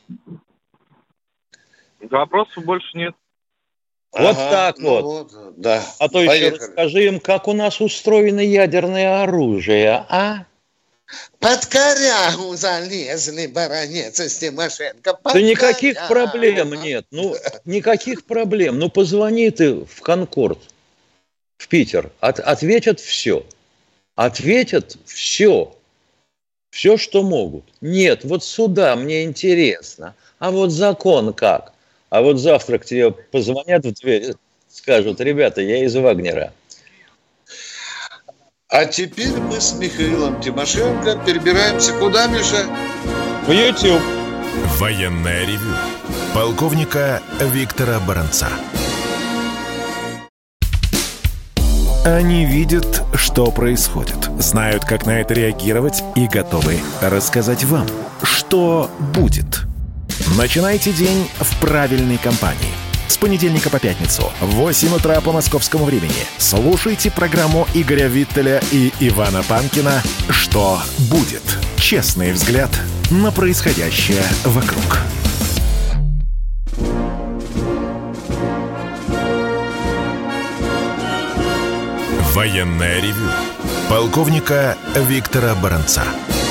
[SPEAKER 11] Вопросов больше нет.
[SPEAKER 3] Вот так вот.
[SPEAKER 2] Да.
[SPEAKER 3] А то еще расскажи им, как у нас устроено ядерное оружие, а?
[SPEAKER 2] Под корягу залезли баронец и Тимошенко.
[SPEAKER 3] Да никаких проблем нет. Ну, никаких проблем. Ну, позвони ты в Конкорд, в Питер. Ответят все. Ответят все. Все, что могут. Нет, вот сюда мне интересно. А вот закон как? А вот завтра к тебе позвонят в дверь. скажут: ребята, я из Вагнера.
[SPEAKER 2] А теперь мы с Михаилом Тимошенко перебираемся куда, Миша?
[SPEAKER 3] В YouTube.
[SPEAKER 1] Военное ревю полковника Виктора Баранца. Они видят, что происходит, знают, как на это реагировать и готовы рассказать вам, что будет. Начинайте день в правильной компании. С понедельника по пятницу в 8 утра по московскому времени слушайте программу Игоря Виттеля и Ивана Панкина «Что будет?». Честный взгляд на происходящее вокруг. Военное ревю полковника Виктора Баранца.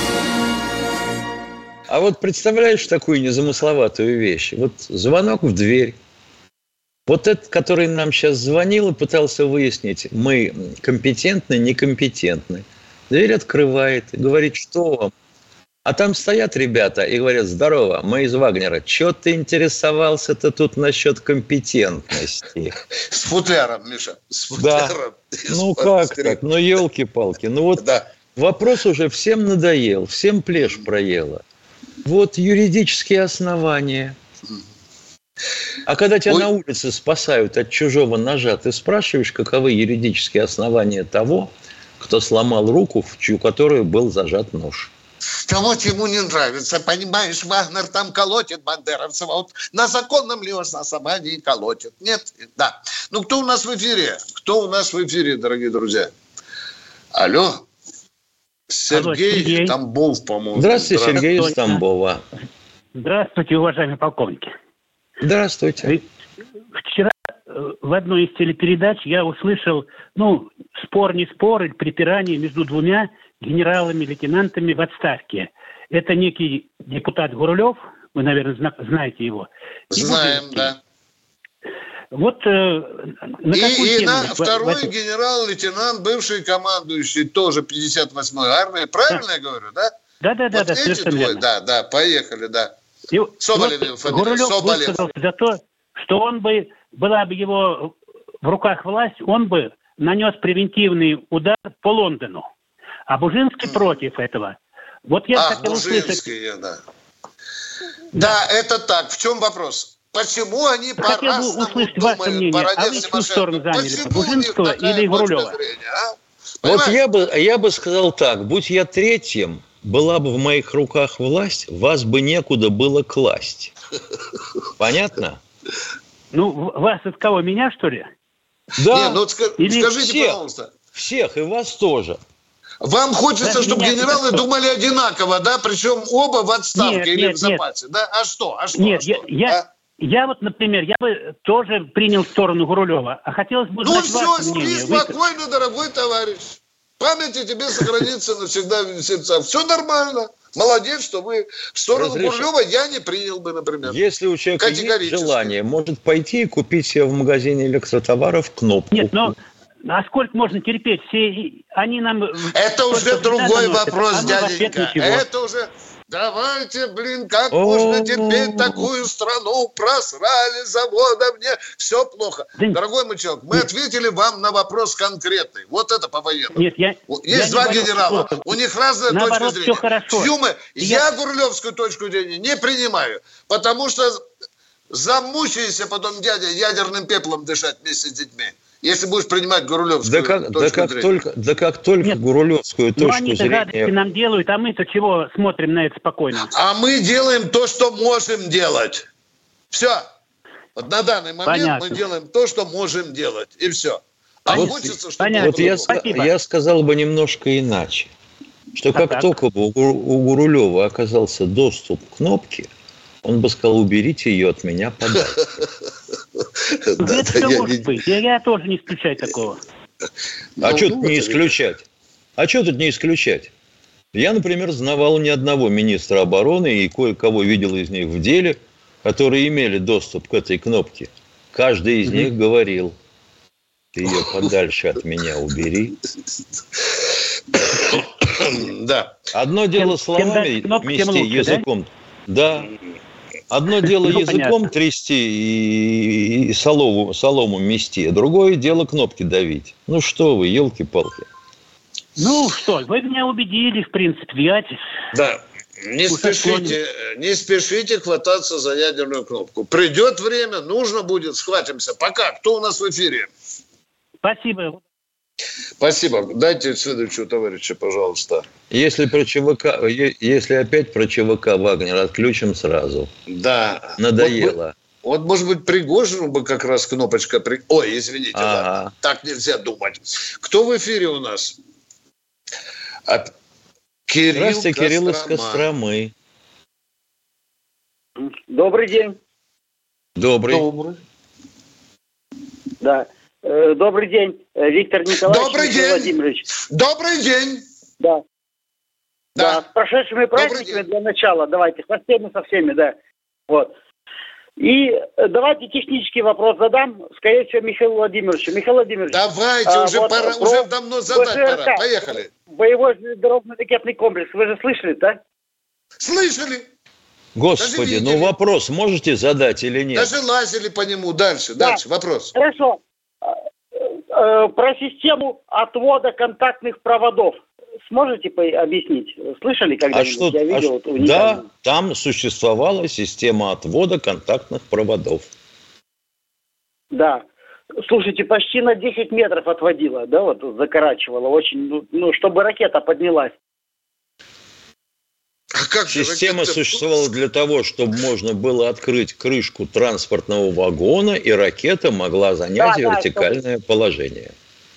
[SPEAKER 3] А вот представляешь такую незамысловатую вещь? Вот звонок в дверь. Вот этот, который нам сейчас звонил и пытался выяснить, мы компетентны, некомпетентны. Дверь открывает, говорит: что вам? А там стоят ребята и говорят: здорово, мы из Вагнера. Чё ты интересовался-то тут насчет компетентности?
[SPEAKER 2] С футляром, Миша, с футляром.
[SPEAKER 3] Да. Ну как так? Ну елки-палки. Ну вот да. Вопрос уже всем надоел, всем плешь проела. Вот юридические основания. А когда тебя на улице спасают от чужого ножа, ты спрашиваешь, каковы юридические основания того, кто сломал руку, в чью которую был зажат нож?
[SPEAKER 2] Да вот ему не нравится, понимаешь, Вагнер там колотит бандеровцев, а вот на законном ли основании колотит? Нет? Да. Ну, кто у нас в эфире? Кто у нас в эфире, дорогие друзья? Алло? Сергей Тамбов, по-моему.
[SPEAKER 3] Здравствуйте, Сергей из Тамбова.
[SPEAKER 12] Здравствуйте, уважаемые полковники.
[SPEAKER 3] Здравствуйте.
[SPEAKER 12] Вчера в одной из телепередач я услышал, спор, не спор, или припирание между двумя генералами, лейтенантами в отставке. Это некий депутат Гурулев, вы, наверное, знаете его.
[SPEAKER 2] Знаем, да.
[SPEAKER 12] Вот на какую
[SPEAKER 2] и
[SPEAKER 12] тему?
[SPEAKER 2] Второй генерал-лейтенант, бывший командующий тоже 58-й армии, правильно я говорю, да?
[SPEAKER 12] Да, совершенно верно.
[SPEAKER 2] Да, поехали, да.
[SPEAKER 12] Соболев, Гурулев высказался за то, что он бы, была бы его в руках власть, он бы нанес превентивный удар по Лондону. А Бужинский против этого. Вот я хотел услышать...
[SPEAKER 2] Да, это так. В чем вопрос? Почему они по-разному думают по Раде Тимошенко?
[SPEAKER 12] Почему Бужинского или Гурулева?
[SPEAKER 3] Вот я бы сказал так: будь я третьим, была бы в моих руках власть, вас бы некуда было класть. Понятно?
[SPEAKER 12] Вас от кого? Меня, что ли?
[SPEAKER 3] Да.
[SPEAKER 2] Скажите, пожалуйста.
[SPEAKER 3] Всех, и вас тоже.
[SPEAKER 2] Вам хочется, чтобы генералы думали одинаково, да? Причем оба в отставке или в запасе, да? А что?
[SPEAKER 12] Нет, я вот, например, я бы тоже принял сторону Гурулева, а хотелось бы узнать ваше мнение.
[SPEAKER 2] Спи спокойно, дорогой товарищ. Память тебе сохранится навсегда в сердцах. Все нормально. Молодец, что вы в сторону Гурулева я не принял бы, например.
[SPEAKER 3] Если у человека есть желание, может пойти и купить себе в магазине электротоваров кнопку.
[SPEAKER 12] Нет, а сколько можно терпеть? Все они нам...
[SPEAKER 2] Это уже другой вопрос, дяденька. Это уже... Давайте, как можно терпеть такую страну? Просрали завода, мне все плохо. Дорогой мой человек, мы ответили вам на вопрос конкретный. Вот это по-военному. Есть два генерала, у них разная точка зрения. Я гурлевскую точку зрения не принимаю, потому что замучаешься потом, дядя, ядерным пеплом дышать вместе с детьми. Если будешь принимать гурулевскую точку зрения.
[SPEAKER 3] Как только гурулевскую точку зрения...
[SPEAKER 12] гадости нам делают, а мы-то чего смотрим на это спокойно?
[SPEAKER 2] А мы делаем то, что можем делать. Все. Вот на данный момент мы делаем то, что можем делать. И все. А хочется, чтобы...
[SPEAKER 3] Я сказал бы немножко иначе. Что как только бы у Гурулева оказался доступ к кнопке, он бы сказал: уберите ее от меня подальше.
[SPEAKER 12] Это все может быть. Я тоже не исключаю такого.
[SPEAKER 3] А что тут не исключать? Я, например, знавал ни одного министра обороны и кое-кого видел из них в деле, которые имели доступ к этой кнопке. Каждый из них говорил: ты ее подальше от меня убери.
[SPEAKER 2] Да.
[SPEAKER 3] Одно дело словами, вместе языком. Да. Одно дело языком трясти и солому мести, а другое дело кнопки давить. Ну что вы, елки-палки.
[SPEAKER 12] Ну что, вы меня убедили, в принципе, видите.
[SPEAKER 2] Да. Не спешите хвататься за ядерную кнопку. Придет время, нужно будет, схватимся. Пока. Кто у нас в эфире?
[SPEAKER 12] Спасибо.
[SPEAKER 2] Спасибо. Дайте следующего товарища, пожалуйста.
[SPEAKER 3] Если опять про ЧВК Вагнер отключим сразу.
[SPEAKER 2] Да.
[SPEAKER 3] Надоело.
[SPEAKER 2] Вот может быть, Пригожину бы как раз кнопочка... Ой, извините, ладно. Так нельзя думать. Кто в эфире у нас?
[SPEAKER 3] Здравствуйте, Кирилл из Костромы.
[SPEAKER 13] Добрый день.
[SPEAKER 3] Добрый.
[SPEAKER 13] Да. Добрый день, Виктор Николаевич.
[SPEAKER 2] Добрый день.
[SPEAKER 13] Владимирович.
[SPEAKER 2] Добрый день.
[SPEAKER 13] Да. С прошедшими праздниками для начала. Давайте, со всеми, да. Вот. И давайте технический вопрос задам, скорее всего, Михаилу Владимировичу. Михаил Владимирович.
[SPEAKER 2] Давайте, уже пора, уже давно задать пора. Поехали.
[SPEAKER 13] Боевой железнодорожно-ракетный комплекс. Вы же слышали, да?
[SPEAKER 2] Слышали.
[SPEAKER 3] Господи, вопрос можете задать или нет?
[SPEAKER 2] Даже лазили по нему. Дальше, вопрос.
[SPEAKER 13] Хорошо. Про систему отвода контактных проводов. Сможете объяснить? Слышали когда-нибудь? Я видел.
[SPEAKER 3] Да, там существовала система отвода контактных проводов.
[SPEAKER 13] Да. Слушайте, почти на 10 метров отводила, да, вот закорачивала. Очень, чтобы ракета поднялась.
[SPEAKER 3] Система существовала для того, чтобы можно было открыть крышку транспортного вагона, и ракета могла занять вертикальное положение.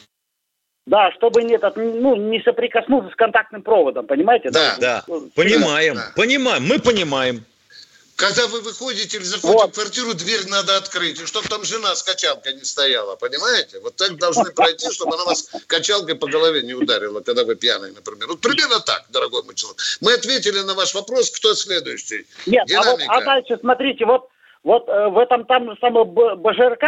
[SPEAKER 13] Да, чтобы не соприкоснуться с контактным проводом, понимаете?
[SPEAKER 3] Да. Понимаем. Мы понимаем.
[SPEAKER 2] Когда вы выходите или заходите в квартиру, дверь надо открыть, и чтобы там жена с качалкой не стояла, понимаете? Вот так должны пройти, чтобы она вас качалкой по голове не ударила, когда вы пьяный, например. Вот примерно так, дорогой мой человек. Мы ответили на ваш вопрос, кто следующий?
[SPEAKER 13] Нет, а дальше, смотрите, вот в этом там же самом БЖРК,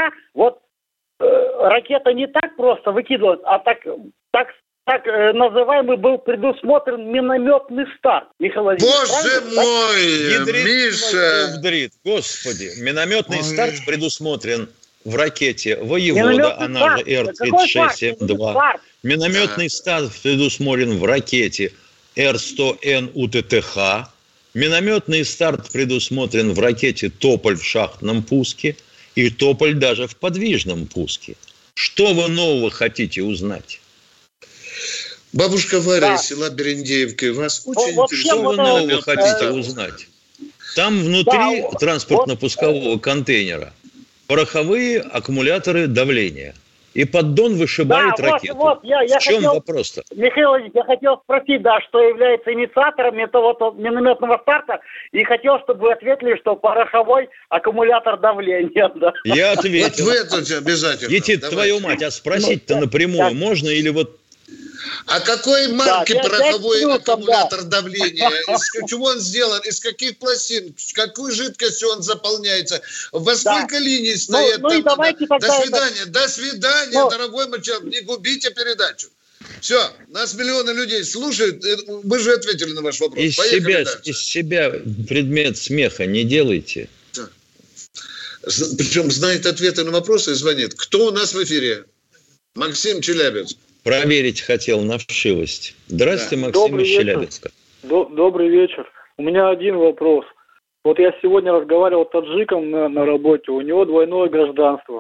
[SPEAKER 13] ракета не так просто выкидывалась, а так называемый был предусмотрен минометный старт. Михаил Владимирович,
[SPEAKER 2] Боже мой, Миша!
[SPEAKER 3] Господи, минометный старт предусмотрен в ракете «Воевода», она же Р-36М2. Минометный старт предусмотрен в ракете Р-100Н УТТХ. Минометный старт предусмотрен в ракете «Тополь» в шахтном пуске и «Тополь» даже в подвижном пуске. Что вы нового хотите узнать?
[SPEAKER 2] Бабушка Варя из села Берендеевка. Вас очень интересует.
[SPEAKER 3] Что вы нового хотите узнать? Там внутри транспортно-пускового контейнера пороховые аккумуляторы давления. И поддон вышибает ракету. В чем вопрос-то?
[SPEAKER 13] Михаил Владимирович, я хотел спросить, что является инициатором этого минометного старта. И хотел, чтобы вы ответили, что пороховой аккумулятор давления. Да.
[SPEAKER 3] Я ответил.
[SPEAKER 2] Вот вы это обязательно.
[SPEAKER 3] Ети, твою мать, а спросить-то напрямую можно или вот...
[SPEAKER 2] А какой марки пороховой аккумулятор давления? Из чего он сделан? Из каких пластин? Какой жидкостью он заполняется? Во сколько линий стоит? До свидания. До свидания, дорогой мой человек. Не губите передачу. Все, нас миллионы людей слушают. Мы же ответили на ваш вопрос.
[SPEAKER 3] Из себя предмет смеха не делайте.
[SPEAKER 2] Да. Причем знает ответы на вопросы и звонит. Кто у нас в эфире? Максим, Челябинск.
[SPEAKER 3] Проверить хотел на вшивость. Здравствуйте, Максим из Челябинска.
[SPEAKER 14] Добрый вечер. У меня один вопрос. Вот я сегодня разговаривал с таджиком на работе. У него двойное гражданство.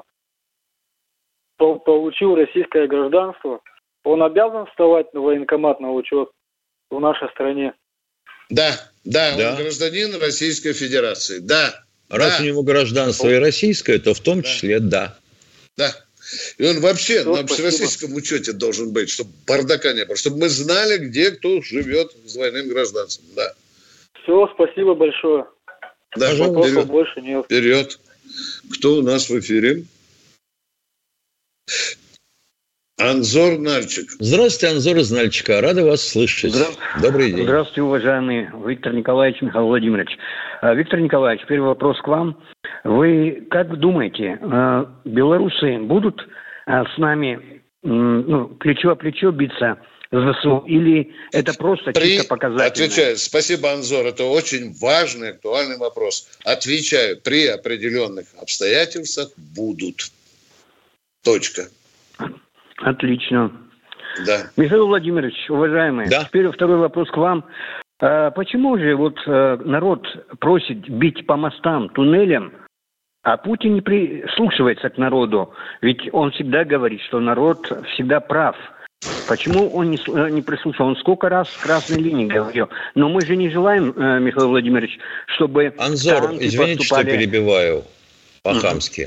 [SPEAKER 14] Получил российское гражданство. Он обязан вставать на военкомат на учет в нашей стране?
[SPEAKER 2] Да. Он гражданин Российской Федерации. Да.
[SPEAKER 3] Раз у него гражданство и российское, то в том числе да.
[SPEAKER 2] Да. И он вообще на всероссийском учете должен быть, чтобы бардака не было, чтобы мы знали, где кто живет с двойным гражданством. Да.
[SPEAKER 14] Все, спасибо большое.
[SPEAKER 2] Да,
[SPEAKER 14] вопросов больше нет.
[SPEAKER 2] Вперед. Кто у нас в эфире? Анзор Нальчик.
[SPEAKER 3] Здравствуйте, Анзор из Нальчика. Рада вас слышать. Добрый день.
[SPEAKER 15] Здравствуйте, уважаемый Виктор Николаевич, Михаил Владимирович. Виктор Николаевич, первый вопрос к вам. Вы как думаете, белорусы будут с нами плечо о плечо биться ВСУ, или это просто чисто показательное?
[SPEAKER 2] Отвечаю. Спасибо, Анзор. Это очень важный, актуальный вопрос. Отвечаю. При определенных обстоятельствах будут. Точка.
[SPEAKER 15] Отлично.
[SPEAKER 2] Да.
[SPEAKER 15] Михаил Владимирович, уважаемый, теперь второй вопрос к вам. Почему же народ просит бить по мостам, туннелям, а Путин не прислушивается к народу? Ведь он всегда говорит, что народ всегда прав. Почему он не прислушался? Он сколько раз с красной линии говорил. Но мы же не желаем, Михаил Владимирович, чтобы
[SPEAKER 3] Анзор, извините, что перебиваю по-хамски.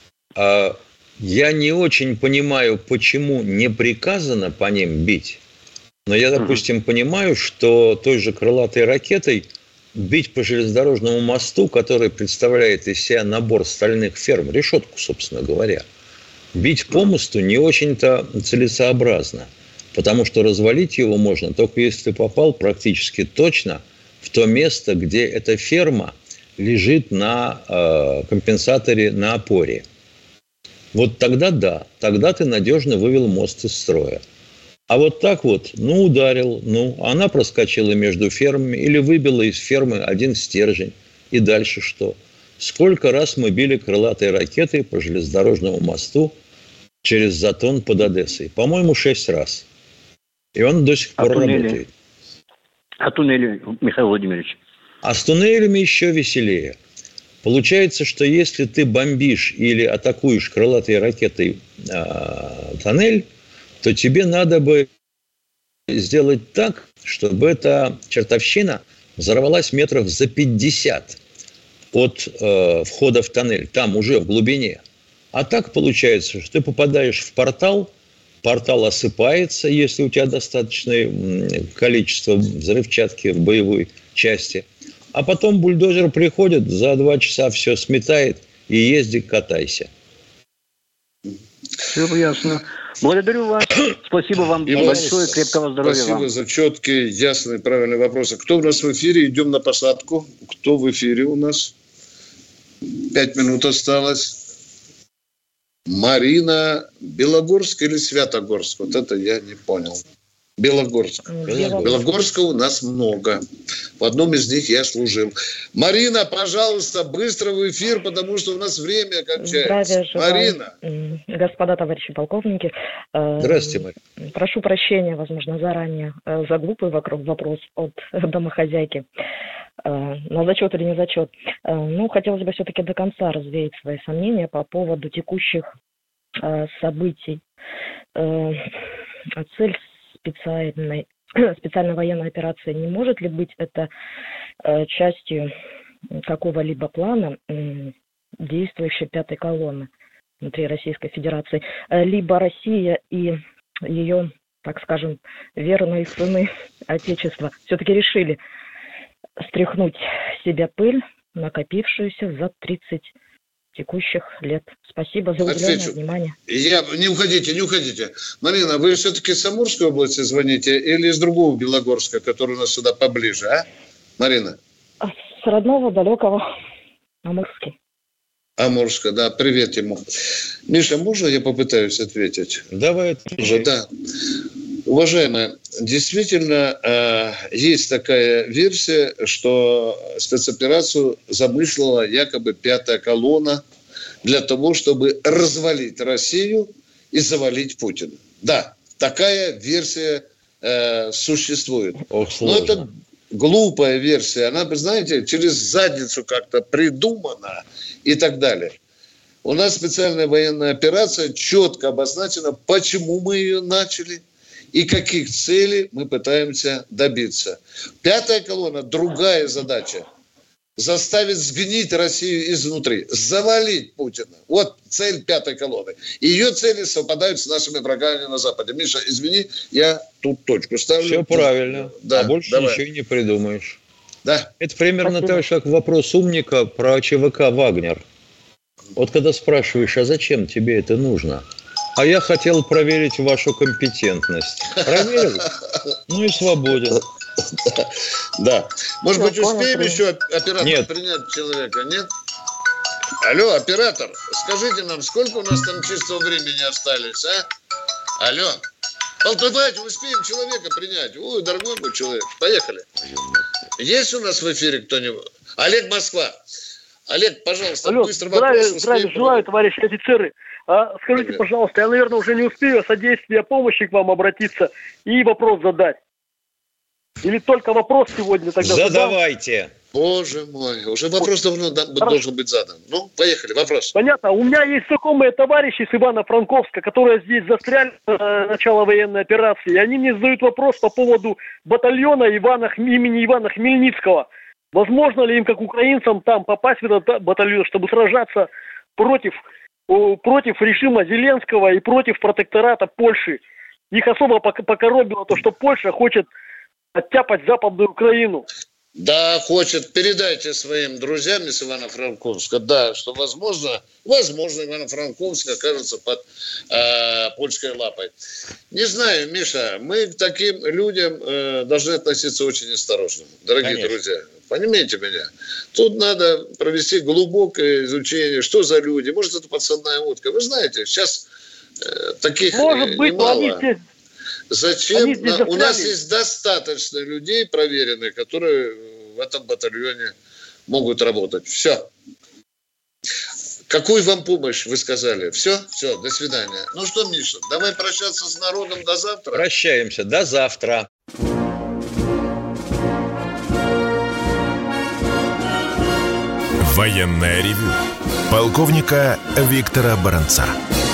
[SPEAKER 3] Я не очень понимаю, почему не приказано по ним бить. Но я, допустим, понимаю, что той же крылатой ракетой бить по железнодорожному мосту, который представляет из себя набор стальных ферм, решетку, собственно говоря, бить по мосту не очень-то целесообразно, потому что развалить его можно только если ты попал практически точно в то место, где эта ферма лежит на компенсаторе, на опоре. Вот тогда да, тогда ты надежно вывел мост из строя. А вот так вот, ударил, она проскочила между фермами или выбила из фермы один стержень. И дальше что? Сколько раз мы били крылатой ракетой по железнодорожному мосту через Затон под Одессой? По-моему, 6 раз. И он до сих пор работает.
[SPEAKER 15] А туннели, Михаил Владимирович?
[SPEAKER 3] А с туннелями еще веселее. Получается, что если ты бомбишь или атакуешь крылатой ракетой тоннель, то тебе надо бы сделать так, чтобы эта чертовщина взорвалась метров за 50 от входа в тоннель, там уже в глубине. А так получается, что ты попадаешь в портал, портал осыпается, если у тебя достаточное количество взрывчатки в боевой части, а потом бульдозер приходит, за 2 часа все сметает, и езди, катайся.
[SPEAKER 15] Все ясно. Благодарю вас. Спасибо вам большое. Крепкого здоровья.
[SPEAKER 2] Спасибо
[SPEAKER 15] вам.
[SPEAKER 2] за четкие, ясные, правильные вопросы. Кто у нас в эфире? Идем на посадку. Кто в эфире у нас? 5 минут осталось. Марина, Белогорск или Святогорск? Вот это я не понял. Белогорск. Белогорска у нас много. В одном из них я служил. Марина, пожалуйста, быстро в эфир, потому что у нас время кончается. Марина.
[SPEAKER 16] Господа товарищи полковники.
[SPEAKER 3] Здравствуйте, Марина.
[SPEAKER 16] Прошу прощения, возможно, заранее за глупый вопрос от домохозяйки. На зачет или не зачет. Хотелось бы все-таки до конца развеять свои сомнения по поводу текущих событий. Цель специальной военной операции не может ли быть это частью какого-либо плана действующей пятой колонны внутри Российской Федерации? Либо Россия и ее, так скажем, верные сыны Отечества все-таки решили стряхнуть с себя пыль, накопившуюся за 30 текущих лет. Спасибо за уделенное внимание.
[SPEAKER 2] Не уходите. Марина, вы все-таки из Амурской области звоните или из другого Белогорска, который у нас сюда поближе, а? Марина?
[SPEAKER 16] С родного, далекого Амурский.
[SPEAKER 2] Амурска, да, привет ему. Миша, можно я попытаюсь ответить?
[SPEAKER 3] Давай.
[SPEAKER 2] Уже, да. Уважаемые, действительно, есть такая версия, что спецоперацию замыслила якобы пятая колонна для того, чтобы развалить Россию и завалить Путина. Да, такая версия существует. Но это глупая версия. Она, знаете, через задницу как-то придумана и так далее. У нас специальная военная операция, четко обозначена, почему мы ее начали и каких целей мы пытаемся добиться. Пятая колонна, другая задача. Заставить сгнить Россию изнутри, завалить Путина. Вот цель пятой колонны. Ее цели совпадают с нашими врагами на Западе. Миша, извини, я тут точку ставлю.
[SPEAKER 3] Все правильно.
[SPEAKER 2] Да,
[SPEAKER 3] больше
[SPEAKER 2] давай.
[SPEAKER 3] ничего и не придумаешь.
[SPEAKER 2] Да.
[SPEAKER 3] Это примерно так же, как вопрос умника про ЧВК «Вагнер». Вот когда спрашиваешь, а зачем тебе это нужно? А я хотел проверить вашу компетентность. Проверил? И свободен.
[SPEAKER 2] Да. Может быть, успеем еще оператор принять человека? Нет? Алло, оператор, скажите нам, сколько у нас там чистого времени остались, а? Алло. Давайте успеем человека принять. Ой, дорогой мой человек. Поехали. Есть у нас в эфире кто-нибудь? Олег, Москва. Олег, пожалуйста,
[SPEAKER 17] алло,
[SPEAKER 2] быстро вопрос.
[SPEAKER 17] Здравия желаю, товарищи офицеры. Скажите, пожалуйста, я, наверное, уже не успею содействия помощи к вам обратиться и вопрос задать. Или только вопрос сегодня тогда
[SPEAKER 3] задавайте.
[SPEAKER 2] Боже мой, уже вопрос давно должен быть задан. Ну, поехали, вопрос.
[SPEAKER 17] Понятно. У меня есть знакомые товарищи с Ивано-Франковска, которые здесь застряли с начала военной операции. И они мне задают вопрос по поводу батальона имени Ивана Хмельницкого. Возможно ли им, как украинцам, там попасть в этот батальон, чтобы сражаться против режима Зеленского и против протектората Польши? Их особо покоробило то, что Польша хочет оттяпать Западную Украину.
[SPEAKER 2] Да, хочет. Передайте своим друзьям из Ивано-Франковска, да, что возможно, Ивано-Франковск окажется под польской лапой. Не знаю, Миша, мы к таким людям должны относиться очень осторожно, дорогие друзья. Понимаете меня? Тут надо провести глубокое изучение, что за люди. Может, это подсадная утка. Вы знаете, сейчас таких немало. Зачем? У нас есть достаточно людей проверенных, которые в этом батальоне могут работать. Все. Какую вам помощь, вы сказали? Все, до свидания. Ну что, Миша, давай прощаться с народом до завтра.
[SPEAKER 3] Прощаемся, до завтра.
[SPEAKER 1] Военное ревю полковника Виктора Баранца.